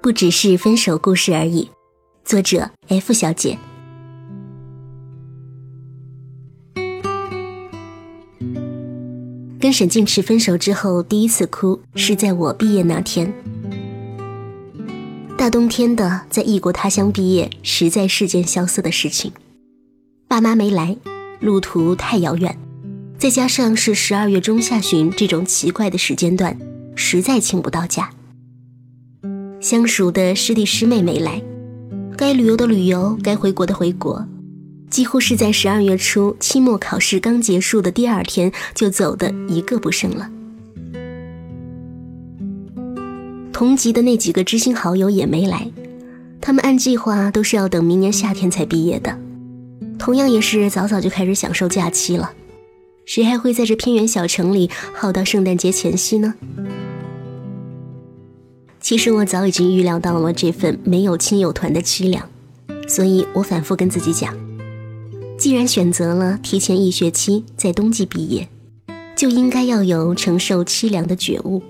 不只是分手故事而已。作者 F 小姐。跟沈静池分手之后，第一次哭是在我毕业那天。大冬天的，在异国他乡毕业，实在是件萧瑟的事情。爸妈没来，路途太遥远，再加上是12月中下旬这种奇怪的时间段，实在请不到假。相熟的师弟师妹没来，该旅游的旅游，该回国的回国，几乎是在12月初期末考试刚结束的第2天就走的一个不剩了。同级的那几个知心好友也没来，他们按计划都是要等明年夏天才毕业的，同样也是早早就开始享受假期了。谁还会在这偏远小城里耗到圣诞节前夕呢？其实我早已经预料到了这份没有亲友团的凄凉，所以我反复跟自己讲，既然选择了提前1学期在冬季毕业，就应该要有承受凄凉的觉悟。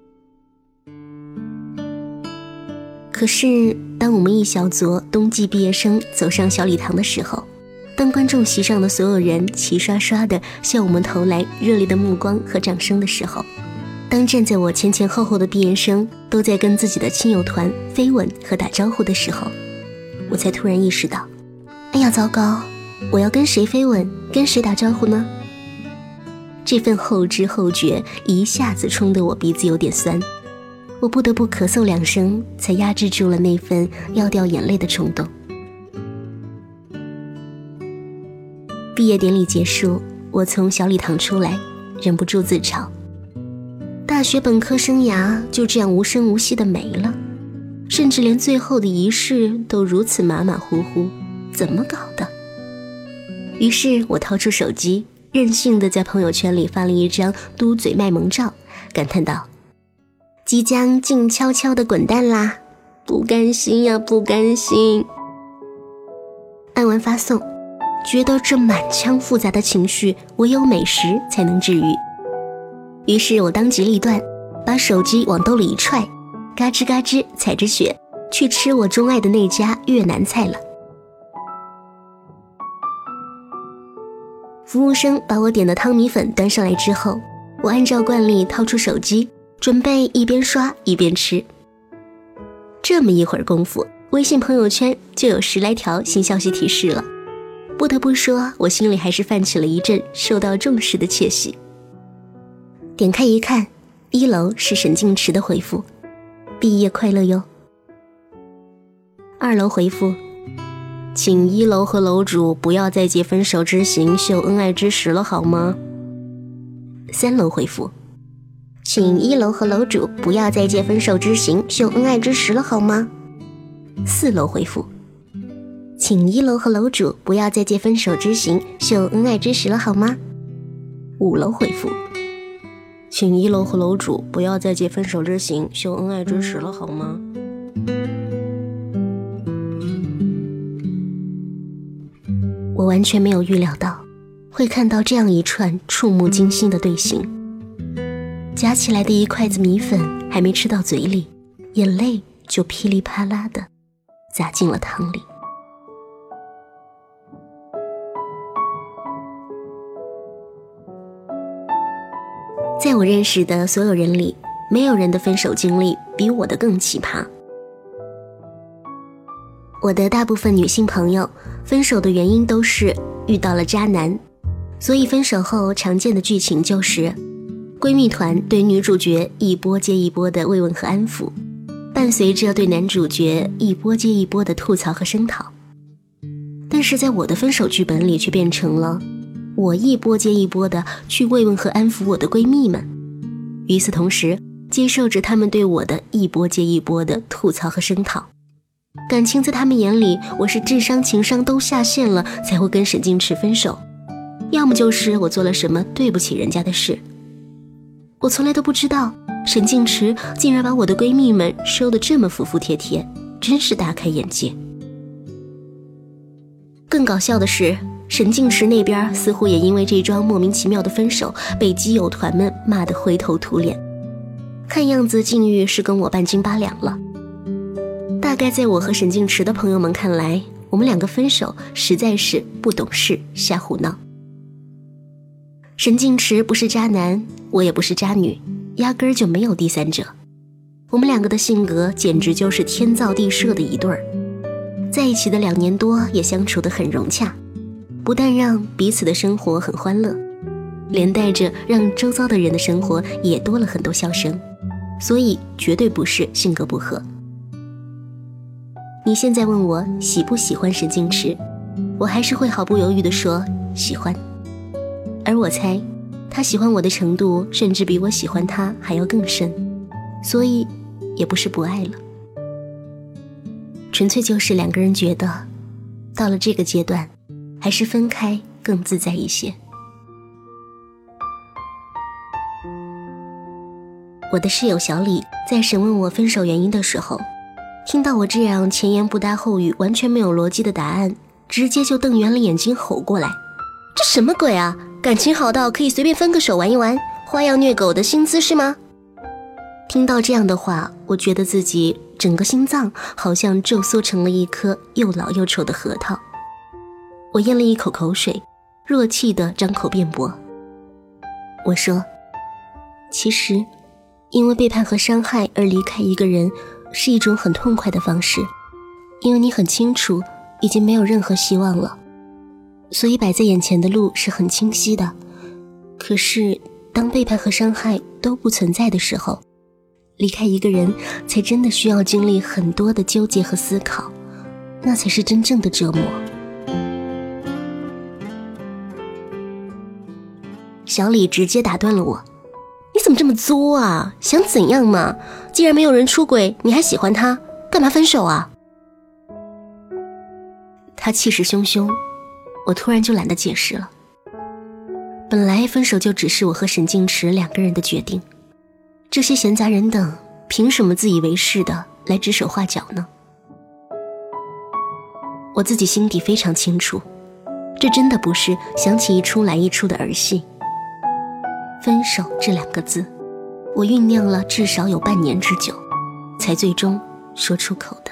可是当我们一小撮冬季毕业生走上小礼堂的时候，当观众席上的所有人齐刷刷地向我们投来热烈的目光和掌声的时候，当站在我前前后后的毕业生都在跟自己的亲友团飞吻和打招呼的时候，我才突然意识到，哎呀糟糕，我要跟谁飞吻，跟谁打招呼呢？这份后知后觉一下子冲得我鼻子有点酸，我不得不咳嗽2声，才压制住了那份要掉眼泪的冲动。毕业典礼结束，我从小礼堂出来，忍不住自嘲，大学本科生涯就这样无声无息地没了，甚至连最后的仪式都如此马马虎虎，怎么搞的？于是我掏出手机，任性地在朋友圈里发了一张嘟嘴卖萌照，感叹道，即将静悄悄地滚蛋啦，不甘心呀，不甘心。按完发送，觉得这满腔复杂的情绪唯有美食才能治愈。于是我当机立断，把手机往兜里一踹，嘎吱嘎吱踩着雪去吃我钟爱的那家越南菜了。服务生把我点的汤米粉端上来之后，我按照惯例掏出手机，准备一边刷一边吃。这么一会儿功夫，微信朋友圈就有10来条新消息提示了。不得不说，我心里还是泛起了一阵受到重视的窃喜。点开一看，1楼是沈静池的回复，毕业快乐哟。2楼回复，请1楼和楼主不要再借分手之行秀恩爱之实了好吗？3楼回复，请1楼和楼主不要再借分手之行秀恩爱之实了好吗？4楼回复，请1楼和楼主不要再借分手之行秀恩爱之实了好吗？5楼回复，请1楼和楼主不要再借分手之行秀恩爱之实了好吗？我完全没有预料到会看到这样一串触目惊心的队形，夹起来的一筷子米粉还没吃到嘴里，眼泪就噼里啪啦的砸进了汤里。在我认识的所有人里，没有人的分手经历比我的更奇葩。我的大部分女性朋友分手的原因都是遇到了渣男，所以分手后常见的剧情就是闺蜜团对女主角一波接一波的慰问和安抚，伴随着对男主角一波接一波的吐槽和声讨。但是在我的分手剧本里却变成了我一波接一波的去慰问和安抚我的闺蜜们，与此同时接受着他们对我的一波接一波的吐槽和声讨。感情在他们眼里，我是智商情商都下线了才会跟沈静池分手，要么就是我做了什么对不起人家的事。我从来都不知道沈静池竟然把我的闺蜜们收得这么服服帖帖，真是大开眼界。更搞笑的是，沈静池那边似乎也因为这桩莫名其妙的分手被基友团们骂得灰头土脸，看样子境遇是跟我半斤八两了。 概在我和沈静池的朋友们看来，我们两个分手实在是不懂事，瞎胡闹。沈静池不是渣男，我也不是渣女，压根儿就没有第三者。我们两个的性格简直就是天造地设的一对儿，在一起的2年多也相处得很融洽，不但让彼此的生活很欢乐，连带着让周遭的人的生活也多了很多笑声，所以绝对不是性格不合。你现在问我喜不喜欢沈静池，我还是会毫不犹豫地说喜欢。而我猜他喜欢我的程度甚至比我喜欢他还要更深，所以也不是不爱了，纯粹就是2个人觉得到了这个阶段还是分开更自在一些。我的室友小李在审问我分手原因的时候，听到我这样前言不搭后语完全没有逻辑的答案，直接就瞪圆了眼睛吼过来，这什么鬼啊，感情好到可以随便分个手玩一玩，花样虐狗的新姿势吗？听到这样的话，我觉得自己整个心脏好像皱缩成了一颗又老又丑的核桃。我咽了一口口水，弱气地张口辩驳。我说，其实因为背叛和伤害而离开一个人是一种很痛快的方式，因为你很清楚已经没有任何希望了，所以摆在眼前的路是很清晰的。可是当背叛和伤害都不存在的时候，离开一个人才真的需要经历很多的纠结和思考，那才是真正的折磨。小李直接打断了我，你怎么这么作啊？想怎样嘛？既然没有人出轨，你还喜欢他，干嘛分手啊？他气势汹汹，我突然就懒得解释了。本来分手就只是我和沈静池2个人的决定，这些闲杂人等凭什么自以为是的来指手画脚呢？我自己心底非常清楚，这真的不是想起一出来一出的儿戏。分手这2个字，我酝酿了至少有半年之久，才最终说出口的。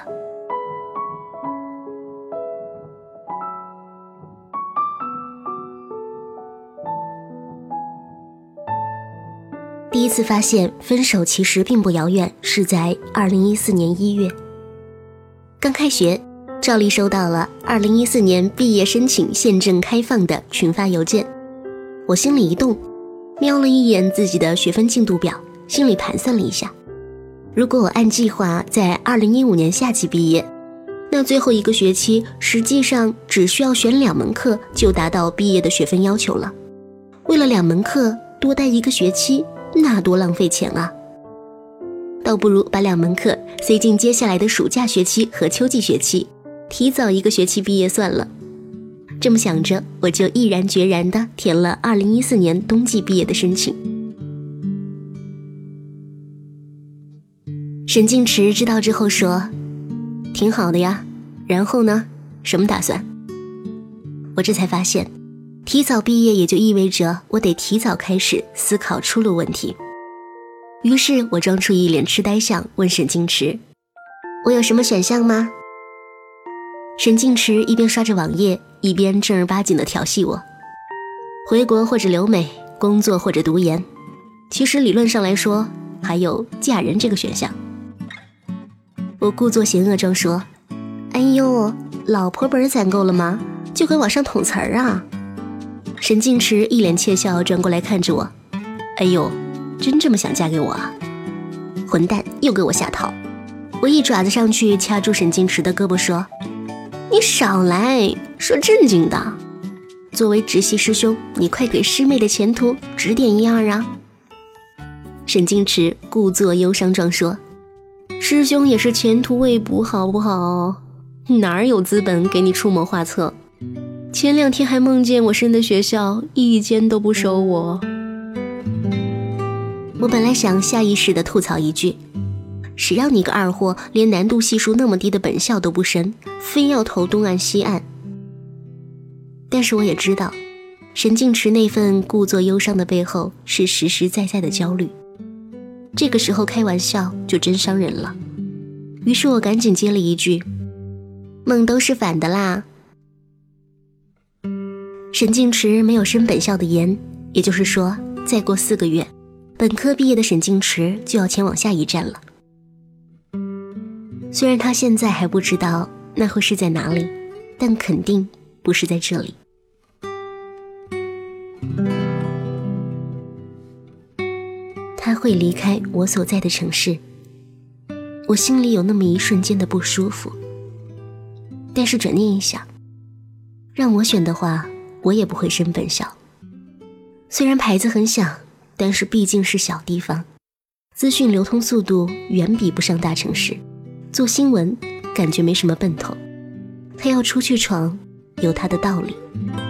第一次发现分手其实并不遥远，是在2014年1月。刚开学，照例收到了2014年毕业申请现正开放的群发邮件，我心里一动，瞄了一眼自己的学分进度表，心里盘算了一下，如果我按计划在2015年夏季毕业，那最后1个学期实际上只需要选2门课就达到毕业的学分要求了。为了2门课多待1个学期，那多浪费钱啊！倒不如把2门课塞进接下来的暑假学期和秋季学期，提早1个学期毕业算了。这么想着，我就毅然决然地填了2014年冬季毕业的申请。沈静池知道之后说，挺好的呀，然后呢？什么打算？我这才发现，提早毕业也就意味着我得提早开始思考出路问题。于是我装出一脸痴呆相，问沈静池，我有什么选项吗？沈静池一边刷着网页，一边正儿八经地调戏我，回国或者留美，工作或者读研，其实理论上来说还有嫁人这个选项。我故作嫌恶状说，哎呦，老婆本攒够了吗？就该往上捅词儿啊。沈静池一脸窃笑，转过来看着我，哎呦，真这么想嫁给我啊？混蛋，又给我下套。我一爪子上去掐住沈静池的胳膊说，你少来，说正经的，作为直系师兄，你快给师妹的前途指点一二啊。沈静池故作忧伤状说，师兄也是前途未卜好不好？哪有资本给你出谋划策？前2天还梦见我升的学校一间都不收我。我本来想下意识地吐槽一句，谁让你个二货连难度系数那么低的本校都不升，非要投东岸西岸。但是我也知道，沈静池那份故作忧伤的背后是实实在在的焦虑，这个时候开玩笑就真伤人了。 于是我赶紧接了一句，梦都是反的啦。沈静池没有升本校的研，也就是说再过4个月，本科毕业的沈静池就要前往下一站了。虽然他现在还不知道那会是在哪里，但肯定不是在这里。他会离开我所在的城市，我心里有那么一瞬间的不舒服。但是转念一想，让我选的话，我也不会升本校。虽然牌子很响，但是毕竟是小地方，资讯流通速度远比不上大城市，做新闻感觉没什么奔头。他要出去闯，有他的道理。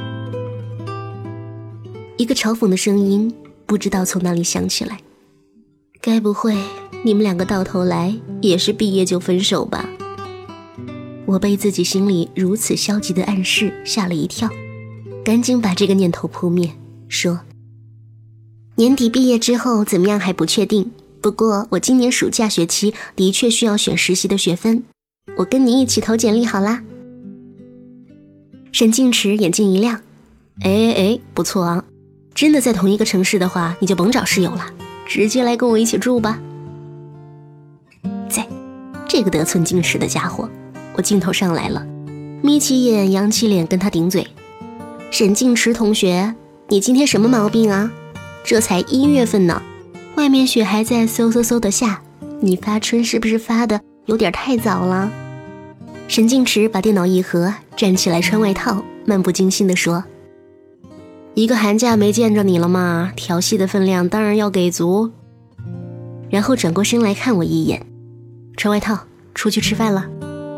一个嘲讽的声音不知道从哪里响起来，该不会你们两个到头来也是毕业就分手吧？我被自己心里如此消极的暗示吓了一跳，赶紧把这个念头扑灭，说年底毕业之后怎么样还不确定，不过我今年暑假学期的确需要选实习的学分，我跟你一起投简历好啦。沈静池眼睛一亮，不错啊，真的在同一个城市的话，你就甭找室友了，直接来跟我一起住吧。在这个得寸进尺的家伙，我劲头上来了，眯起眼扬起脸跟他顶嘴。沈静池同学，你今天什么毛病啊？这才1月份呢，外面雪还在嗖嗖嗖的下，你发春是不是发的有点太早了？沈静池把电脑一合，站起来穿外套，漫不经心地说，一个寒假没见着你了嘛，调戏的分量当然要给足。然后转过身来看我一眼，穿外套出去吃饭了。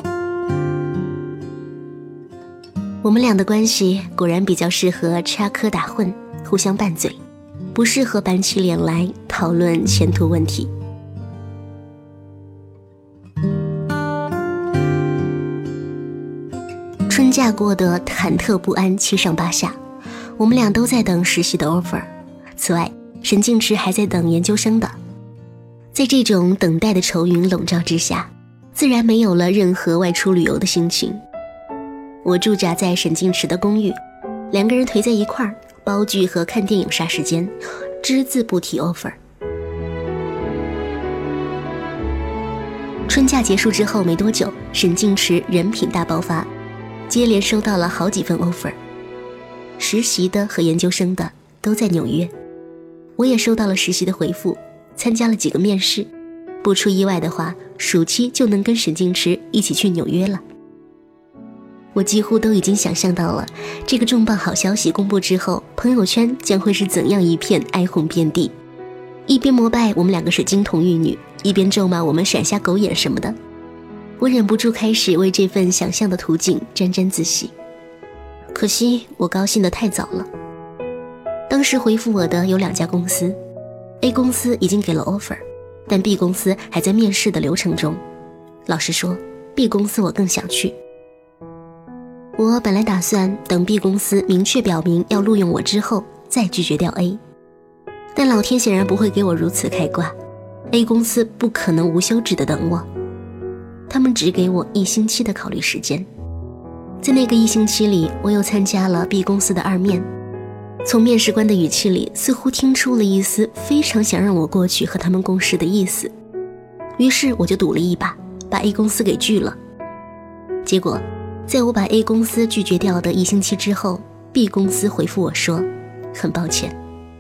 我们俩的关系果然比较适合插科打诨，互相拌嘴，不适合板起脸来讨论前途问题。春假过得忐忑不安，七上八下，我们俩都在等实习的 offer。 此外，沈静池还在等研究生的。在这种等待的愁云笼罩之下，自然没有了任何外出旅游的心情。我驻扎在沈静池的公寓，2个人颓在一块儿，煲剧和看电影杀时间，只字不提 offer。 春假结束之后没多久，沈静池人品大爆发，接连收到了好几份 offer， 实习的和研究生的都在纽约。我也收到了实习的回复，参加了几个面试，不出意外的话，暑期就能跟沈静池一起去纽约了。我几乎都已经想象到了这个重磅好消息公布之后，朋友圈将会是怎样一片哀鸿遍地，一边膜拜我们2个是金童玉女，一边咒骂我们闪瞎狗眼什么的。我忍不住开始为这份想象的图景沾沾自喜，可惜我高兴得太早了。当时回复我的有2家公司， A 公司已经给了 offer， 但 B 公司还在面试的流程中。老实说， B 公司我更想去。我本来打算等 B 公司明确表明要录用我之后再拒绝掉 A， 但老天显然不会给我如此开挂， A 公司不可能无休止地等我，他们只给我1星期的考虑时间。在那个1星期里，我又参加了 B 公司的2面，从面试官的语气里似乎听出了一丝非常想让我过去和他们共事的意思，于是我就赌了一把，把 A 公司给拒了。结果在我把 A 公司拒绝掉的1星期之后， B 公司回复我说，很抱歉。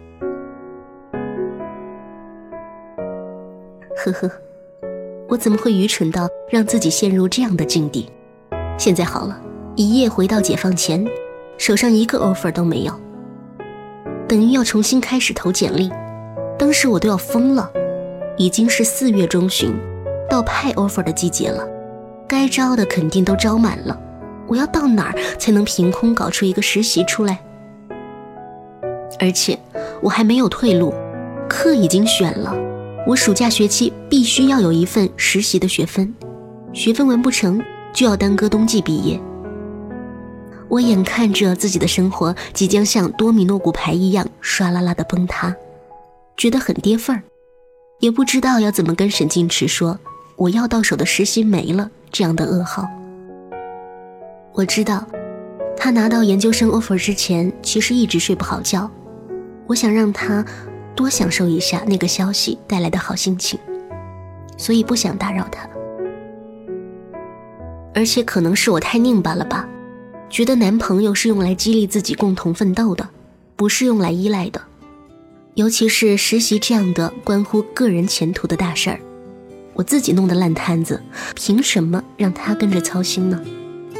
呵呵，我怎么会愚蠢到让自己陷入这样的境地？现在好了，一夜回到解放前，手上1个 offer 都没有，等于要重新开始投简历。当时我都要疯了，已经是4月中旬，到派 offer 的季节了，该招的肯定都招满了，我要到哪儿才能凭空搞出一个实习出来？而且我还没有退路，课已经选了，我暑假学期必须要有一份实习的学分，学分完不成就要耽搁冬季毕业。我眼看着自己的生活即将像多米诺骨牌一样唰啦啦的崩塌，觉得很跌份儿，也不知道要怎么跟沈静池说我要到手的实习没了这样的噩耗。我知道他拿到研究生 offer 之前其实一直睡不好觉，我想让他多享受一下那个消息带来的好心情，所以不想打扰他。而且可能是我太拧巴了吧，觉得男朋友是用来激励自己共同奋斗的，不是用来依赖的。尤其是实习这样的关乎个人前途的大事儿，我自己弄的烂摊子，凭什么让他跟着操心呢？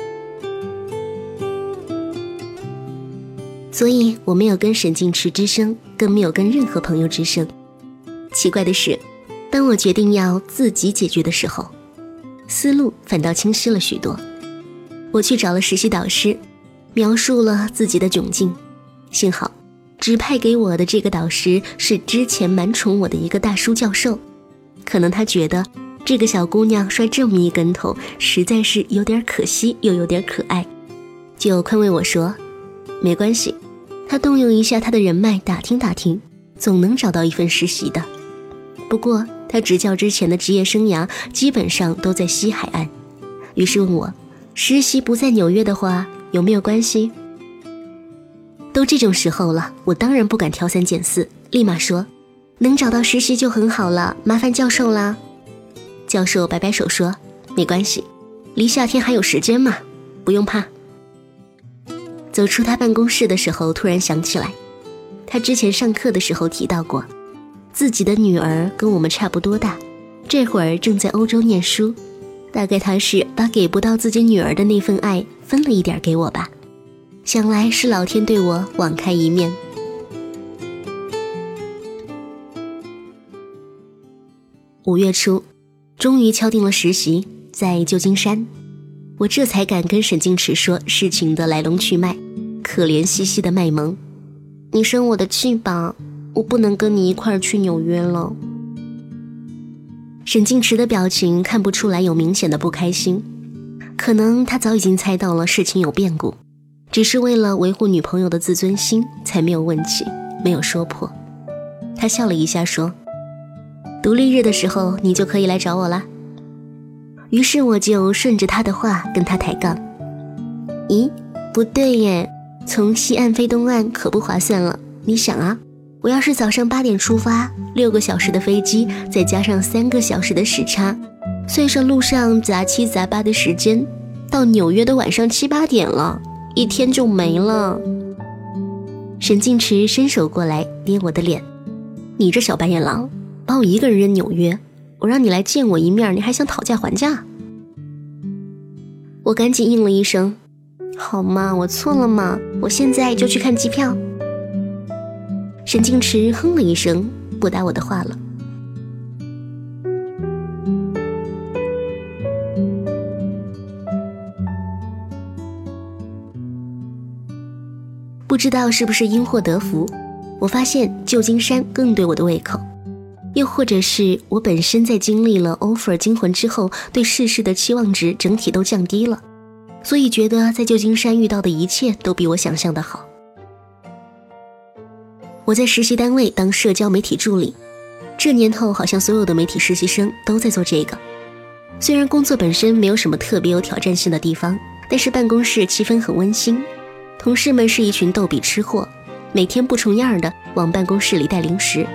所以我没有跟沈静池之声，更没有跟任何朋友之声。奇怪的是，当我决定要自己解决的时候，思路反倒清晰了许多。我去找了实习导师，描述了自己的窘境。幸好指派给我的这个导师是之前蛮宠我的一个大叔教授，可能他觉得这个小姑娘摔这么一跟头实在是有点可惜又有点可爱，就宽慰我说没关系，他动用一下他的人脉打听打听，总能找到一份实习的。不过他执教之前的职业生涯基本上都在西海岸，于是问我实习不在纽约的话有没有关系。都这种时候了，我当然不敢挑三拣四，立马说能找到实习就很好了，麻烦教授啦。教授摆摆手说没关系，离夏天还有时间嘛，不用怕。走出他办公室的时候，突然想起来，他之前上课的时候提到过，自己的女儿跟我们差不多大，这会儿正在欧洲念书，大概他是把给不到自己女儿的那份爱分了一点给我吧，想来是老天对我网开一面。5月初，终于敲定了实习，在旧金山，我这才敢跟沈静池说事情的来龙去脉，可怜兮兮的卖萌，你生我的气吧，我不能跟你一块儿去纽约了。沈静池的表情看不出来有明显的不开心，可能他早已经猜到了事情有变故，只是为了维护女朋友的自尊心才没有问起，没有说破。他笑了一下说，独立日的时候你就可以来找我啦。于是我就顺着他的话跟他抬杠，咦，不对耶，从西岸飞东岸可不划算了。你想啊，我要是早上8点出发，6个小时的飞机，再加上3个小时的时差，算上路上杂七杂八的时间，到纽约都晚上7、8点了，一天就没了。沈静池伸手过来捏我的脸，你这小白眼狼，把我一个人扔纽约，我让你来见我一面，你还想讨价还价？我赶紧应了一声，好嘛，我错了嘛，我现在就去看机票。沈静池哼了一声，不答我的话了。不知道是不是因祸得福，我发现旧金山更对我的胃口，又或者是我本身在经历了 offer 惊魂之后，对世事的期望值整体都降低了，所以觉得在旧金山遇到的一切都比我想象的好。我在实习单位当社交媒体助理，这年头好像所有的媒体实习生都在做这个。虽然工作本身没有什么特别有挑战性的地方，但是办公室气氛很温馨，同事们是一群逗比吃货，每天不重样的往办公室里带零食。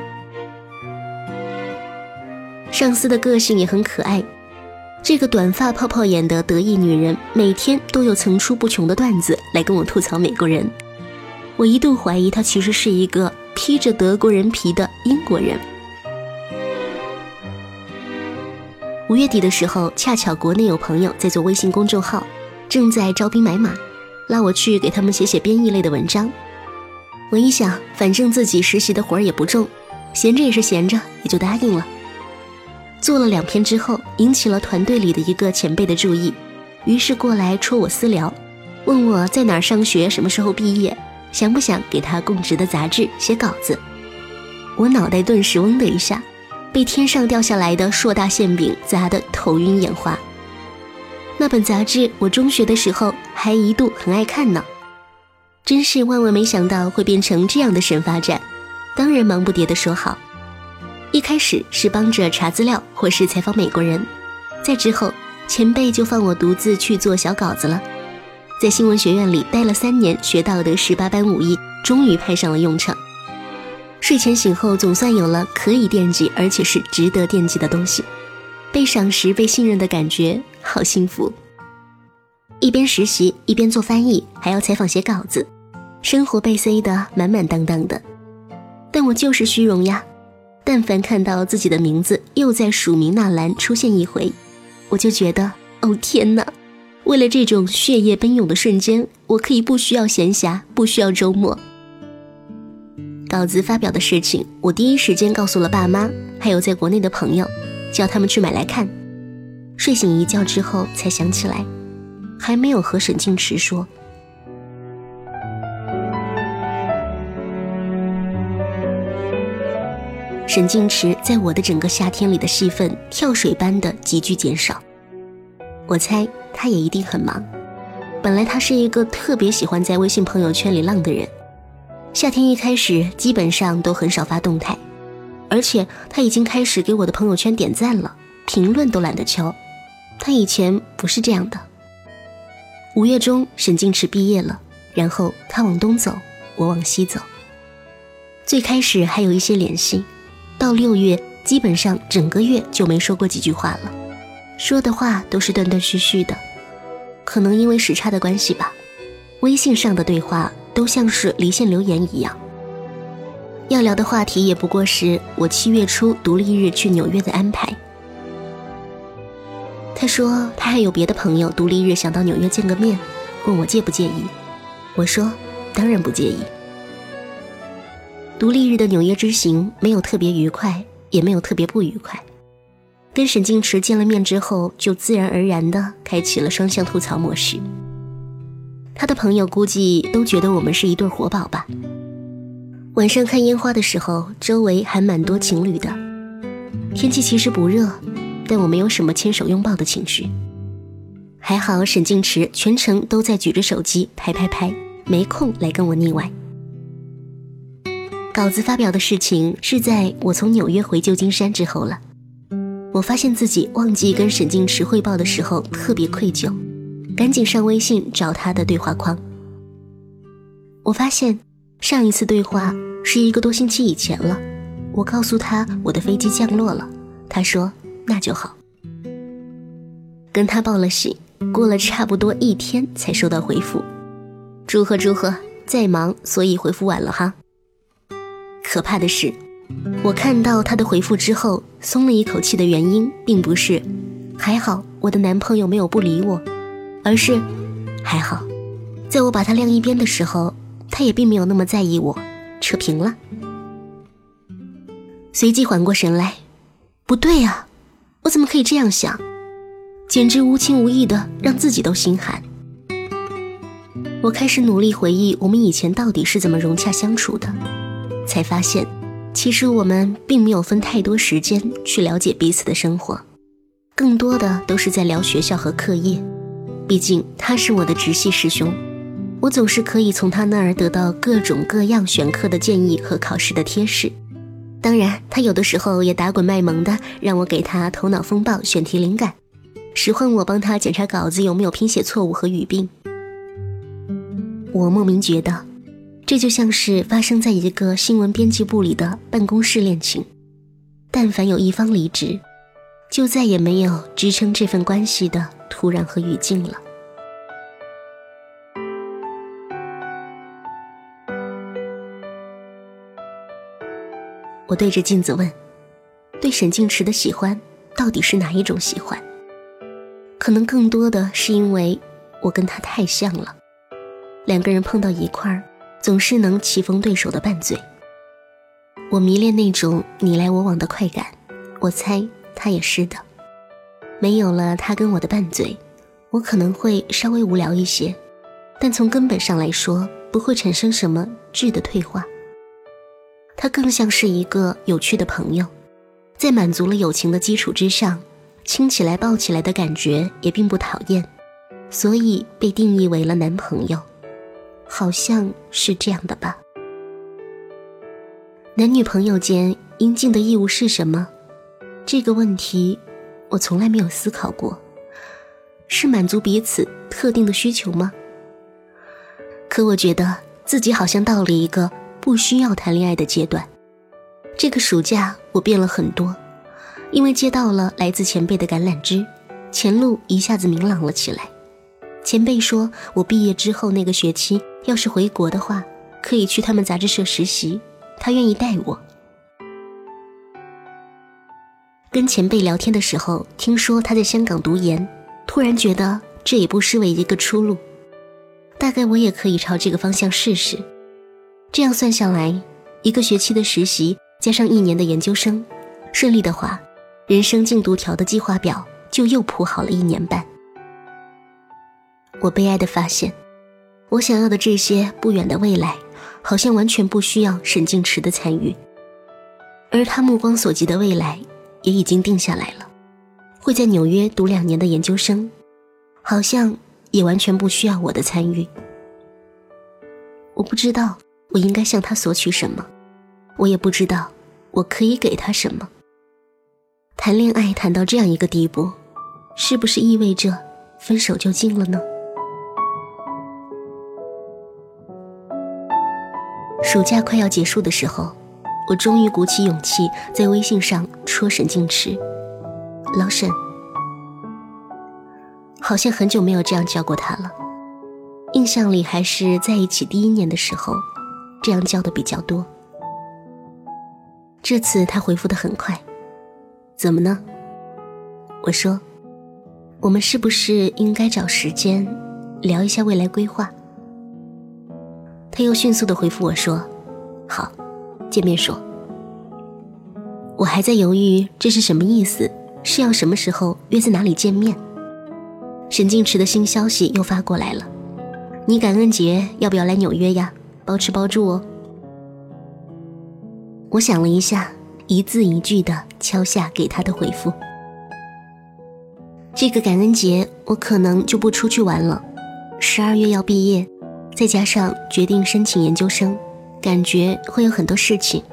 上司的个性也很可爱，这个短发泡泡眼的得意女人每天都有层出不穷的段子来跟我吐槽美国人。我一度怀疑她其实是一个披着德国人皮的英国人。5月底的时候，恰巧国内有朋友在做微信公众号，正在招兵买马，拉我去给他们写编译类的文章。我一想，反正自己实习的活儿也不重，闲着也是闲着，也就答应了。做了2篇之后，引起了团队里的一个前辈的注意，于是过来戳我私聊，问我在哪儿上学，什么时候毕业，想不想给他供职的杂志写稿子。我脑袋顿时嗡的一下，被天上掉下来的硕大馅饼砸得头晕眼花。那本杂志我中学的时候还一度很爱看呢，真是万万没想到会变成这样的神发展，当然忙不迭地说好。一开始是帮着查资料或是采访美国人， 再之后，前辈就放我独自去做小稿子了。在新闻学院里待了3年，学到的18般武艺终于派上了用场。睡前醒后，总算有了可以惦记而且是值得惦记的东西。被赏识被信任的感觉好幸福。一边实习一边做翻译，还要采访写稿子，生活被塞得满满当当的。但我就是虚荣呀，但凡看到自己的名字又在署名那栏出现一回，我就觉得哦天哪，为了这种血液奔涌的瞬间，我可以不需要闲暇，不需要周末。稿子发表的事情，我第一时间告诉了爸妈，还有在国内的朋友，叫他们去买来看。睡醒一觉之后才想起来，还没有和沈静池说。沈静池在我的整个夏天里的戏份跳水般的急剧减少。我猜他也一定很忙，本来他是一个特别喜欢在微信朋友圈里浪的人，夏天一开始基本上都很少发动态，而且他已经开始给我的朋友圈点赞了，评论都懒得敲。他以前不是这样的。5月中沈静池毕业了，然后他往东走，我往西走。最开始还有一些联系，到6月基本上整个月就没说过几句话了，说的话都是断断续续的。可能因为时差的关系吧，微信上的对话都像是离线留言一样。要聊的话题也不过是我7月初独立日去纽约的安排。他说他还有别的朋友独立日想到纽约见个面，问我介不介意。我说当然不介意。独立日的纽约之行没有特别愉快，也没有特别不愉快。跟沈静池见了面之后，就自然而然地开启了双向吐槽模式。他的朋友估计都觉得我们是一对活宝吧。晚上看烟花的时候，周围还蛮多情侣的。天气其实不热，但我没有什么牵手拥抱的情绪。还好沈静池全程都在举着手机拍，没空来跟我腻歪。稿子发表的事情是在我从纽约回旧金山之后了。我发现自己忘记跟沈静池汇报的时候特别愧疚，赶紧上微信找他的对话框。我发现上一次对话是1个多星期以前了。我告诉他我的飞机降落了，他说那就好。跟他报了喜，过了差不多1天才收到回复，祝贺，在忙所以回复晚了哈。可怕的是，我看到他的回复之后松了一口气的原因并不是还好我的男朋友没有不理我，而是还好在我把他晾一边的时候，他也并没有那么在意我，扯平了。随即缓过神来，不对啊，我怎么可以这样想，简直无情无义的让自己都心寒。我开始努力回忆我们以前到底是怎么融洽相处的，才发现其实我们并没有分太多时间去了解彼此的生活，更多的都是在聊学校和课业。毕竟他是我的直系师兄，我总是可以从他那儿得到各种各样选课的建议和考试的贴士。当然他有的时候也打滚卖萌的让我给他头脑风暴选题灵感，使唤我帮他检查稿子有没有拼写错误和语病。我莫名觉得这就像是发生在一个新闻编辑部里的办公室恋情，但凡有一方离职，就再也没有支撑这份关系的土壤和语境了。我对着镜子问，对沈静池的喜欢到底是哪一种喜欢？可能更多的是因为我跟他太像了，2个人碰到一块儿总是能棋逢对手的拌嘴。我迷恋那种你来我往的快感，我猜他也是的。没有了他跟我的拌嘴，我可能会稍微无聊一些，但从根本上来说不会产生什么质的退化。他更像是一个有趣的朋友，在满足了友情的基础之上，亲起来抱起来的感觉也并不讨厌，所以被定义为了男朋友，好像是这样的吧。男女朋友间应尽的义务是什么？这个问题我从来没有思考过，是满足彼此特定的需求吗？可我觉得自己好像到了一个不需要谈恋爱的阶段。这个暑假我变了很多，因为接到了来自前辈的橄榄枝，前路一下子明朗了起来。前辈说我毕业之后那个学期要是回国的话，可以去他们杂志社实习，他愿意带我。跟前辈聊天的时候，听说他在香港读研，突然觉得这也不失为一个出路，大概我也可以朝这个方向试试。这样算下来，一个学期的实习加上1年的研究生，顺利的话，人生进度条的计划表就又铺好了1年半。我悲哀地发现，我想要的这些不远的未来，好像完全不需要沈静池的参与，而他目光所及的未来也已经定下来了，会在纽约读2年的研究生，好像也完全不需要我的参与。我不知道我应该向他索取什么，我也不知道我可以给他什么。谈恋爱谈到这样一个地步，是不是意味着分手就近了呢？暑假快要结束的时候，我终于鼓起勇气在微信上戳沈静池，老沈。好像很久没有这样叫过他了，印象里还是在一起第1年的时候，这样叫的比较多。这次他回复得很快，怎么呢？我说，我们是不是应该找时间聊一下未来规划？他又迅速地回复我说，好，见面说。我还在犹豫这是什么意思，是要什么时候约在哪里见面。沈静池的新消息又发过来了，你感恩节要不要来纽约呀？包吃包住哦。我想了一下，一字一句地敲下给他的回复。这个感恩节我可能就不出去玩了，12月要毕业，再加上决定申请研究生，感觉会有很多事情。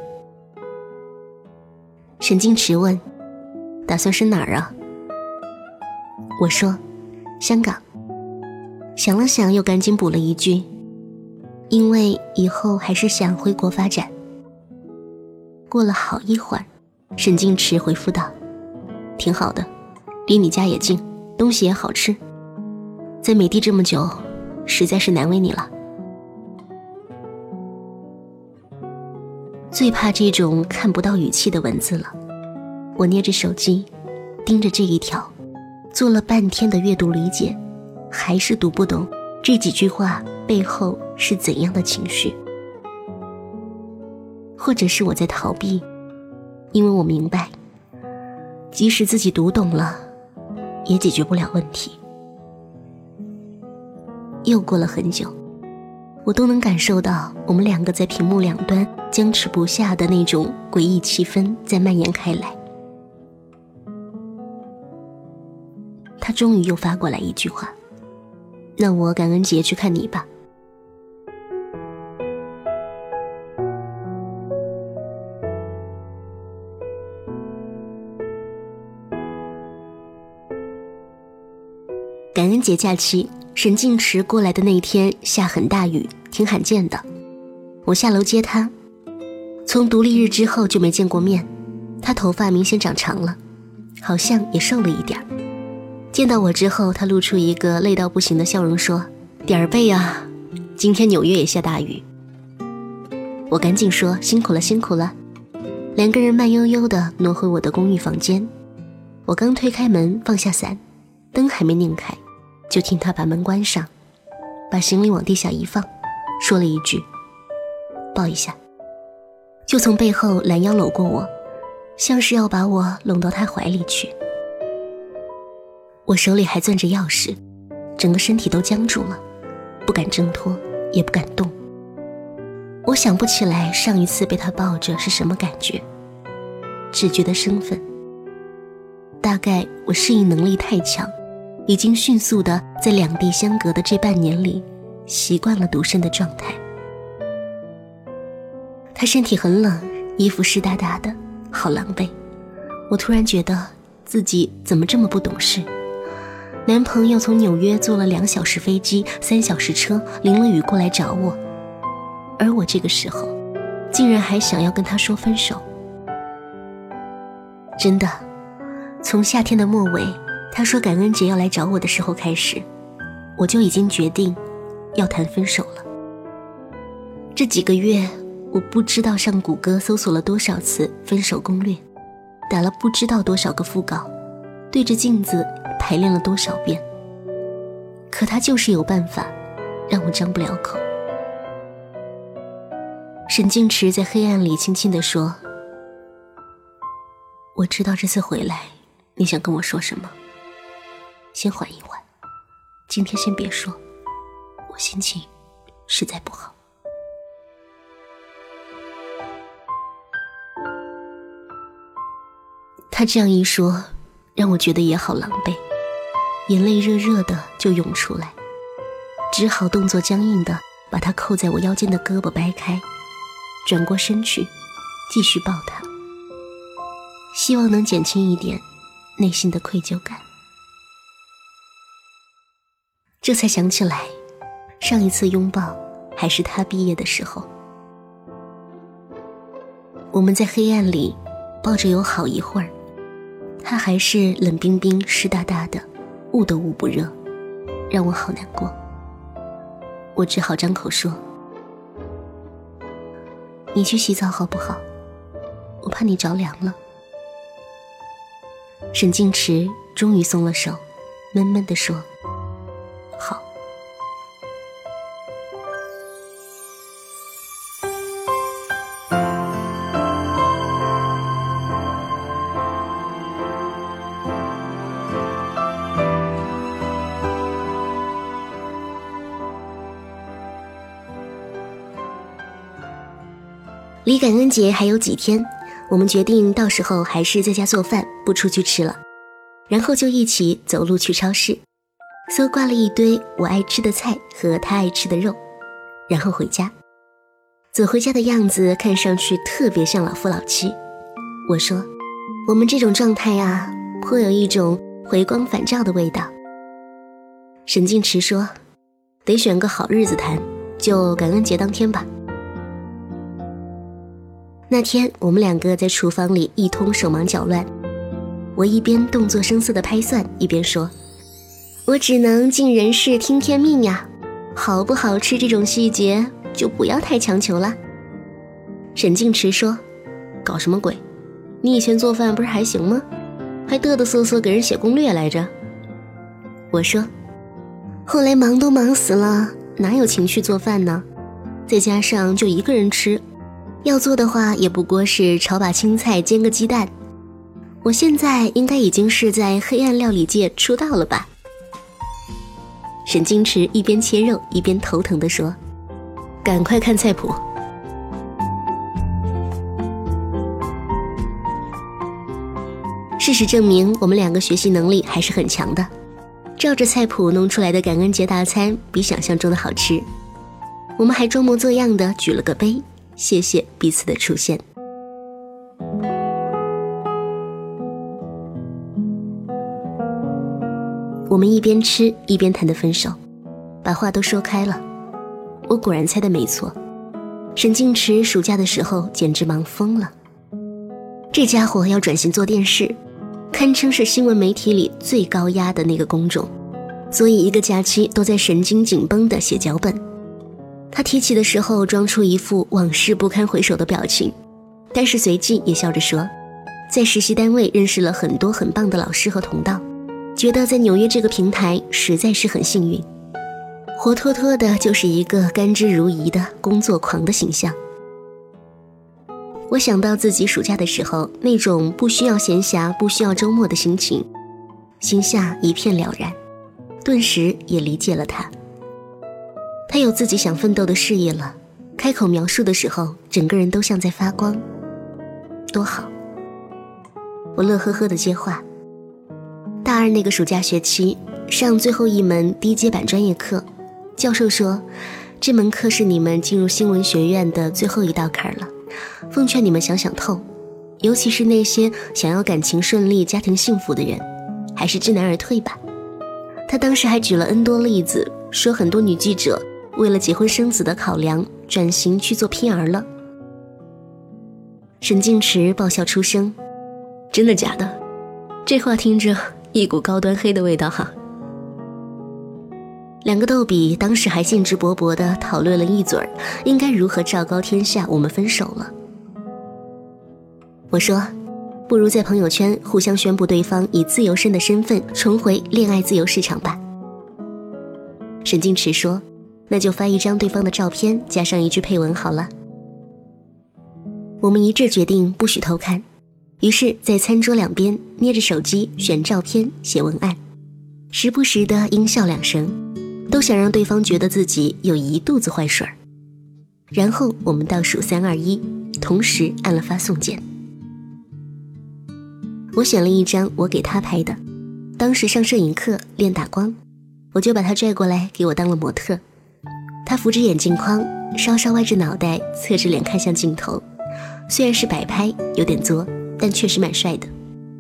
沈静池问，打算升哪儿啊？我说，香港。想了想又赶紧补了一句，因为以后还是想回国发展。过了好一会儿，沈静池回复道，挺好的，离你家也近，东西也好吃，在美的这么久，实在是难为你了。最怕这种看不到语气的文字了，我捏着手机盯着这一条，做了半天的阅读理解，还是读不懂这几句话背后是怎样的情绪。或者是我在逃避，因为我明白，即使自己读懂了，也解决不了问题。又过了很久，我都能感受到我们2个在屏幕两端僵持不下的那种诡异气氛在蔓延开来。他终于又发过来一句话，那我感恩节去看你吧。感恩节假期，沈静池过来的那天下很大雨，挺罕见的。我下楼接他，从独立日之后就没见过面，他头发明显长长了，好像也瘦了一点。见到我之后，他露出一个累到不行的笑容说，点儿背啊，今天纽约也下大雨。我赶紧说，辛苦了辛苦了。2个人慢悠悠地挪回我的公寓房间，我刚推开门放下伞，灯还没拧开，就听他把门关上，把行李往地下一放，说了一句，抱一下，就从背后拦腰搂过我，像是要把我拢到他怀里去。我手里还攥着钥匙，整个身体都僵住了，不敢挣脱，也不敢动。我想不起来上一次被他抱着是什么感觉，只觉得生分。大概我适应能力太强，已经迅速地在2地相隔的这半年里习惯了独身的状态。他身体很冷，衣服湿哒哒的，好狼狈。我突然觉得自己怎么这么不懂事。男朋友从纽约坐了2小时飞机，3小时车，淋了雨过来找我，而我这个时候竟然还想要跟他说分手。真的，从夏天的末尾，他说感恩节要来找我的时候开始，我就已经决定要谈分手了。这几个月，我不知道上谷歌搜索了多少次分手攻略，打了不知道多少个副稿，对着镜子排练了多少遍，可他就是有办法让我张不了口。沈静池在黑暗里轻轻地说，我知道这次回来你想跟我说什么，先缓一缓，今天先别说，我心情实在不好。他这样一说，让我觉得也好狼狈，眼泪热热的就涌出来，只好动作僵硬的把他扣在我腰间的胳膊掰开，转过身去继续抱他，希望能减轻一点内心的愧疚感。这才想起来，上一次拥抱还是他毕业的时候，我们在黑暗里抱着有好一会儿，他还是冷冰冰湿哒哒的，捂都捂不热，让我好难过。我只好张口说，你去洗澡好不好？我怕你着凉了。沈静池终于松了手，闷闷地说，好。离感恩节还有几天，我们决定到时候还是在家做饭，不出去吃了，然后就一起走路去超市，搜刮了一堆我爱吃的菜和他爱吃的肉，然后回家。走回家的样子看上去特别像老夫老妻。我说，我们这种状态啊，颇有一种回光返照的味道。沈静池说，得选个好日子谈，就感恩节当天吧。那天我们2个在厨房里一通手忙脚乱，我一边动作生涩的拍蒜，一边说，我只能尽人事听天命呀，好不好吃这种细节就不要太强求了。沈静池说，搞什么鬼，你以前做饭不是还行吗？还嘚嘚瑟瑟给人写攻略来着。我说，后来忙都忙死了，哪有情绪做饭呢？再加上就一个人吃，要做的话也不过是炒把青菜煎个鸡蛋。我现在应该已经是在黑暗料理界出道了吧。沈静池一边切肉一边头疼地说，赶快看菜谱。事实证明，我们2个学习能力还是很强的，照着菜谱弄出来的感恩节大餐比想象中的好吃。我们还装模作样的举了个杯，谢谢彼此的出现。我们一边吃一边谈的分手，把话都说开了。我果然猜得没错，沈静池暑假的时候简直忙疯了。这家伙要转型做电视，堪称是新闻媒体里最高压的那个工种，所以一个假期都在神经紧绷地写脚本。他提起的时候装出一副往事不堪回首的表情，但是随即也笑着说，在实习单位认识了很多很棒的老师和同道，觉得在纽约这个平台实在是很幸运，活脱脱的就是一个甘之如饴的工作狂的形象。我想到自己暑假的时候那种不需要闲暇不需要周末的心情，心下一片了然，顿时也理解了他。他有自己想奋斗的事业了，开口描述的时候整个人都像在发光，多好。我乐呵呵地接话，大2那个暑假学期上最后一门低阶版专业课，教授说这门课是你们进入新闻学院的最后一道坎了，奉劝你们想想透， 尤其是那些想要感情顺利、家庭幸福的人，还是知难而退吧。他当时还举了 N 多例子，说很多女记者为了结婚生子的考量，转型去做 PR 了。沈静池爆笑出声：真的假的？这话听着一股高端黑的味道哈。两个逗比当时还兴致勃勃地讨论了一嘴儿，应该如何昭告天下我们分手了。我说，不如在朋友圈互相宣布对方以自由身的身份重回恋爱自由市场吧。沈静池说，那就发一张对方的照片，加上一句配文好了。我们一致决定不许偷看，于是在餐桌两边捏着手机选照片写文案，时不时的阴笑两声，都想让对方觉得自己有一肚子坏水儿。然后我们倒数3、2、1，同时按了发送键。我选了一张我给他拍的，当时上摄影课练打光，我就把他拽过来给我当了模特。他扶着眼镜框，稍稍歪着脑袋，侧着脸看向镜头，虽然是摆拍，有点作，但确实蛮帅的。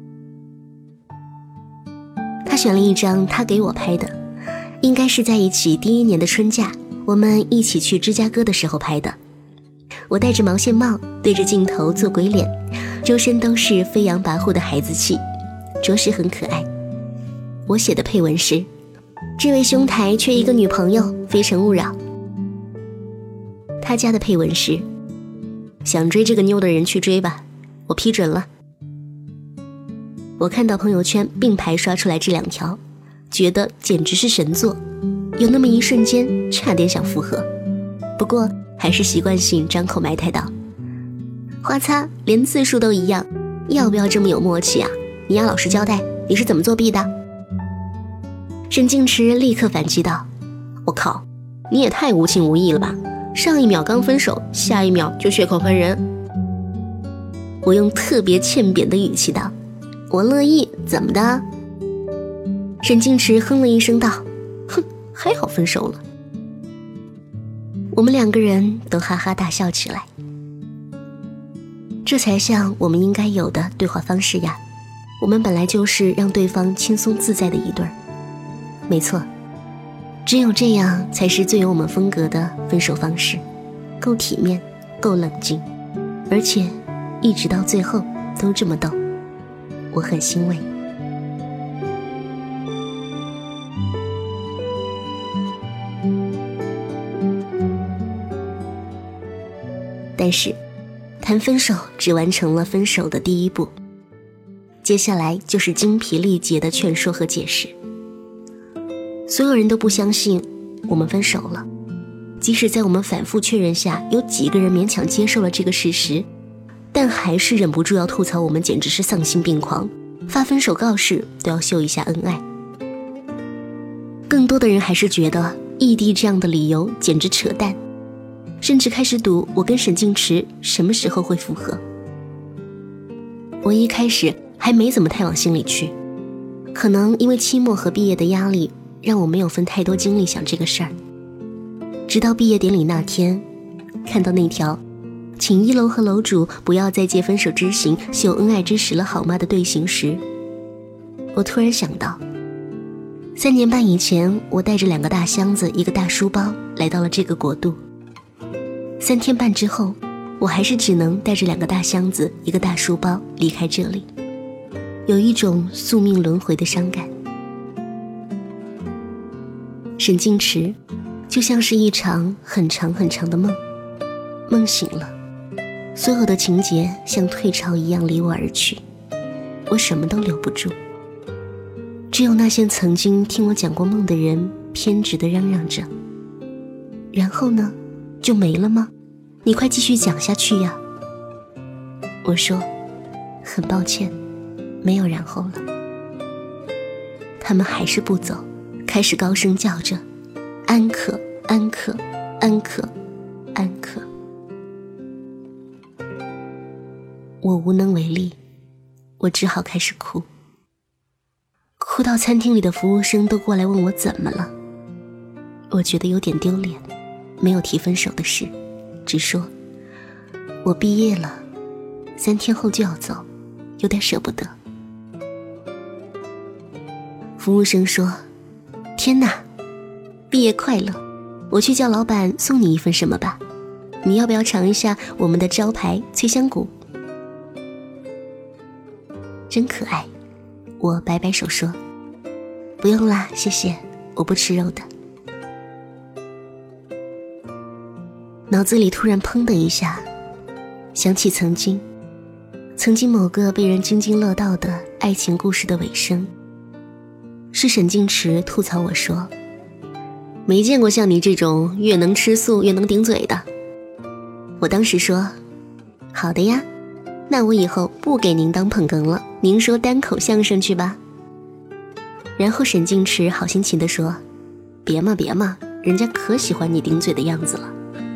他选了一张他给我拍的，应该是在一起第1年的春假，我们一起去芝加哥的时候拍的。我戴着毛线帽，对着镜头做鬼脸，周身都是飞扬跋扈的孩子气，着实很可爱。我写的配文是：这位兄台缺一个女朋友，非诚勿扰。他家的配文是：想追这个妞的人去追吧，我批准了。我看到朋友圈并排刷出来这2条，觉得简直是神作，有那么一瞬间差点想附和，不过还是习惯性张口埋汰道：花擦，连字数都一样，要不要这么有默契啊？你丫老实交代，你是怎么作弊的？沈静池立刻反击道：我靠，你也太无情无义了吧，上一秒刚分手，下一秒就血口喷人。我用特别欠扁的语气道：我乐意，怎么的？沈静池哼了一声道：哼，还好分手了。我们2个人都哈哈大笑起来。这才像我们应该有的对话方式呀，我们本来就是让对方轻松自在的一对儿。没错，只有这样才是最有我们风格的分手方式，够体面，够冷静，而且一直到最后都这么逗，我很欣慰。但是谈分手只完成了分手的第1步，接下来就是精疲力竭的劝说和解释。所有人都不相信我们分手了，即使在我们反复确认下，有几个人勉强接受了这个事实，但还是忍不住要吐槽我们简直是丧心病狂，发分手告示都要秀一下恩爱。更多的人还是觉得异地这样的理由简直扯淡，甚至开始赌我跟沈静池什么时候会复合。我一开始还没怎么太往心里去，可能因为期末和毕业的压力，让我没有分太多精力想这个事儿。直到毕业典礼那天，看到那条请1楼和楼主不要再借分手之行秀恩爱之时了好吗的队形时，我突然想到3年半以前，我带着2个大箱子1个大书包来到了这个国度。3天半之后，我还是只能带着2个大箱子1个大书包离开这里，有一种宿命轮回的伤感。沈静池就像是一场很长很长的梦，梦醒了，所有的情节像退潮一样离我而去，我什么都留不住，只有那些曾经听我讲过梦的人偏执地嚷嚷着：然后呢，就没了吗？你快继续讲下去呀。我说很抱歉，没有然后了。他们还是不走，开始高声叫着：安可，安可，安可，安可。我无能为力，我只好开始哭，哭到餐厅里的服务生都过来问我怎么了。我觉得有点丢脸，没有提分手的事，只说我毕业了 3天后就要走，有点舍不得。服务生说，天哪，毕业快乐，我去叫老板送你一份什么吧，你要不要尝一下我们的招牌脆香骨？真可爱，我摆摆手说，不用啦，谢谢，我不吃肉的。脑子里突然砰的一下，想起曾经某个被人津津乐道的爱情故事的尾声，是沈静池吐槽我说，没见过像你这种越能吃素越能顶嘴的。我当时说，好的呀，那我以后不给您当捧哏了，您说单口相声去吧。然后沈静池好心情地说，别嘛，人家可喜欢你顶嘴的样子了。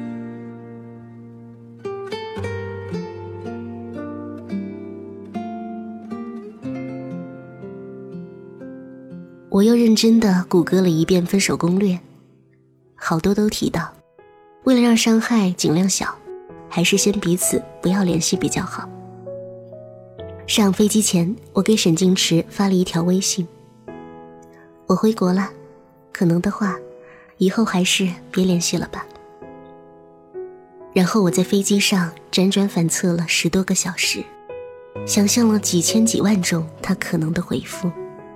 我又认真地谷歌了一遍分手攻略，好多都提到，为了让伤害尽量小，还是先彼此不要联系比较好。上飞机前，我给沈静池发了一条微信，我回国了，可能的话，以后还是别联系了吧。然后我在飞机上辗转反侧了10多个小时，想象了几千几万种他可能的回复。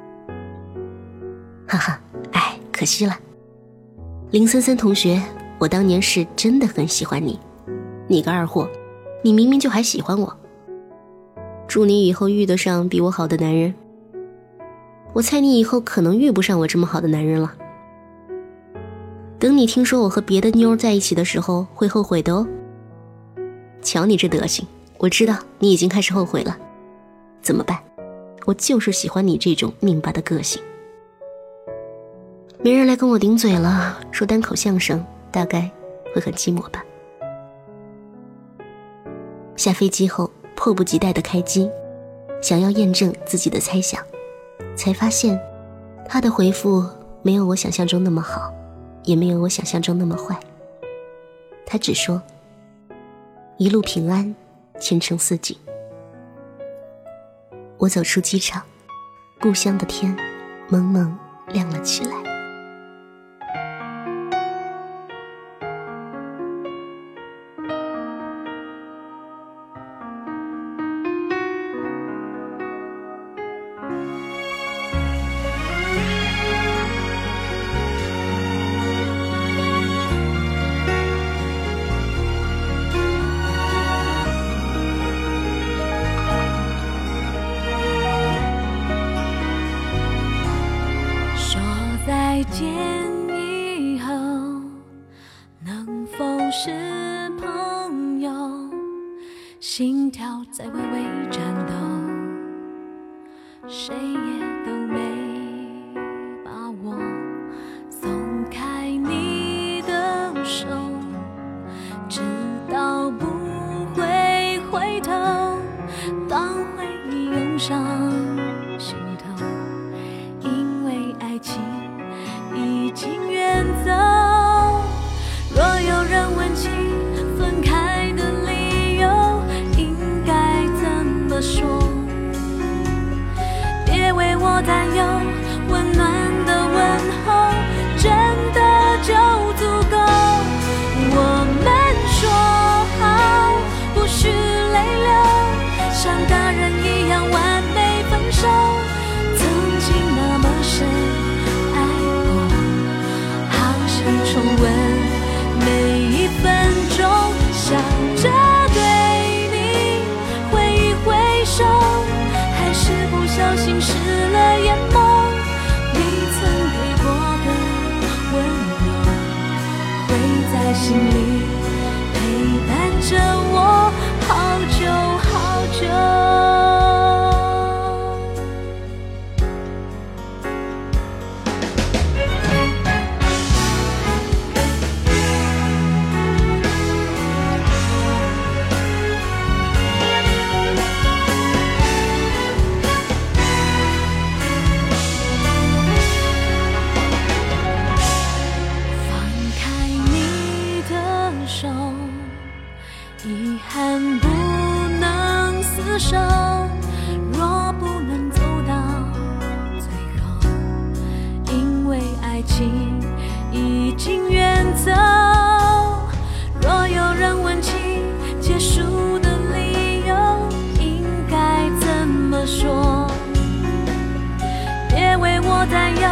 哈哈，可惜了。林森森同学，我当年是真的很喜欢你，你个二货，你明明就还喜欢我。祝你以后遇得上比我好的男人。我猜你以后可能遇不上我这么好的男人了。等你听说我和别的妞在一起的时候，会后悔的哦。瞧你这德行，我知道你已经开始后悔了。怎么办？我就是喜欢你这种拧巴的个性。没人来跟我顶嘴了，说单口相声大概会很寂寞吧。下飞机后迫不及待地开机，想要验证自己的猜想，才发现他的回复没有我想象中那么好，也没有我想象中那么坏。他只说一路平安，前程似锦。我走出机场，故乡的天蒙蒙亮了起来。 再见以后，能否是朋友？心跳在微微颤抖，谁也都没把握松开你的手，直到不会回头。当回忆涌上心头，因为爱情已经远走。若有人问起分开的理由，应该怎么说？别为情已经远走。若有人问起结束的理由，应该怎么说？别为我担忧，